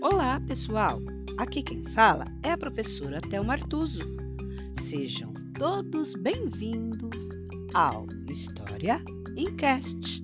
Olá, pessoal! Aqui quem fala é a professora Thelma Artuso. Sejam todos bem-vindos ao História em Cast.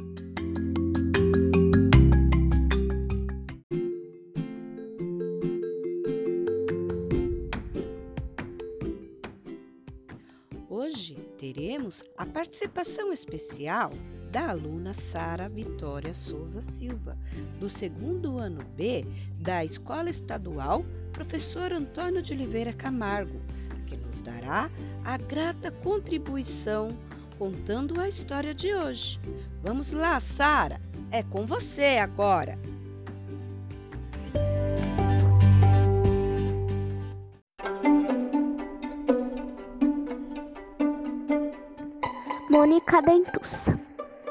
Hoje teremos a participação especial da aluna Sara Vitória Souza Silva, do segundo ano B da Escola Estadual Professor Antônio de Oliveira Camargo, que nos dará a grata contribuição contando a história de hoje. Vamos lá, Sara, é com você agora! Mônica Dentuça.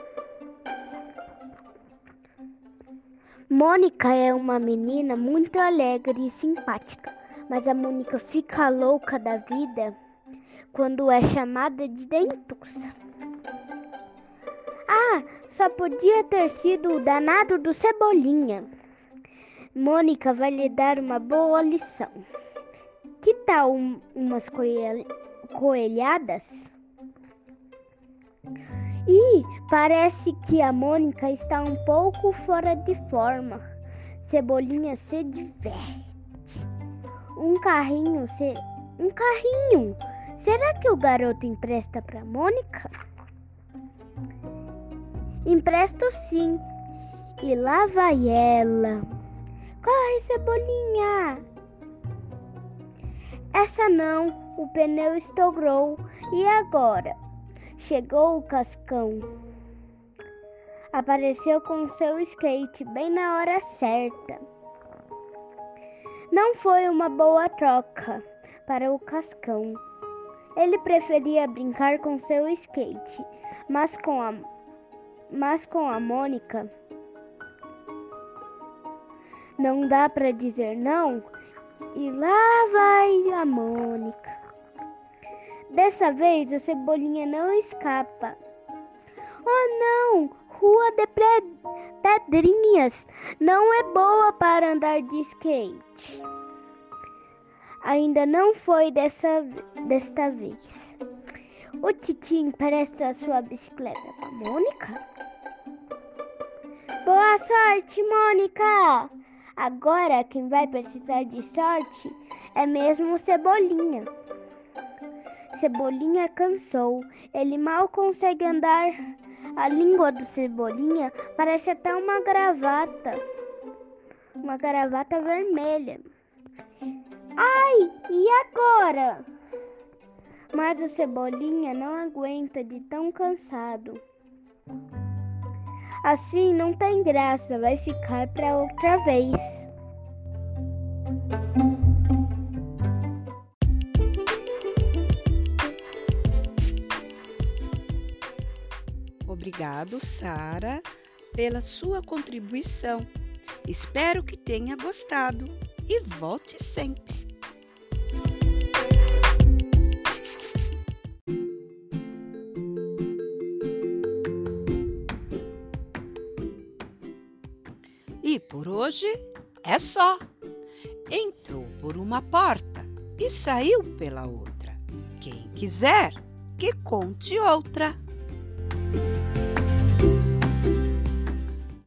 Mônica é uma menina muito alegre e simpática, mas a Mônica fica louca da vida quando é chamada de Dentuça. Ah, só podia ter sido o danado do Cebolinha. Mônica vai lhe dar uma boa lição. Que tal umas coelhadas? E parece que a Mônica está um pouco fora de forma. Cebolinha se diverte. Um carrinho. Será que o garoto empresta para Mônica? Empresto sim. E lá vai ela. Corre, Cebolinha! Essa não, o pneu estourou. E agora? Chegou o Cascão. Apareceu com seu skate bem na hora certa. Não foi uma boa troca para o Cascão. Ele preferia brincar com seu skate, mas com a Mônica não dá para dizer não. E lá vai a Mônica. Dessa vez o Cebolinha não escapa. Oh não! Rua de Pedrinhas não é boa para andar de skate. Ainda não foi desta vez. O Titi empresta a sua bicicleta para Mônica? Boa sorte, Mônica! Agora quem vai precisar de sorte é mesmo o Cebolinha. Cebolinha cansou. Ele mal consegue andar. A língua do Cebolinha parece até uma gravata. Uma gravata vermelha. Ai, e agora? Mas o Cebolinha não aguenta de tão cansado. Assim não tem graça, vai ficar para outra vez. Obrigado, Sara, pela sua contribuição. Espero que tenha gostado e volte sempre. E por hoje é só. Entrou por uma porta e saiu pela outra. Quem quiser, que conte outra.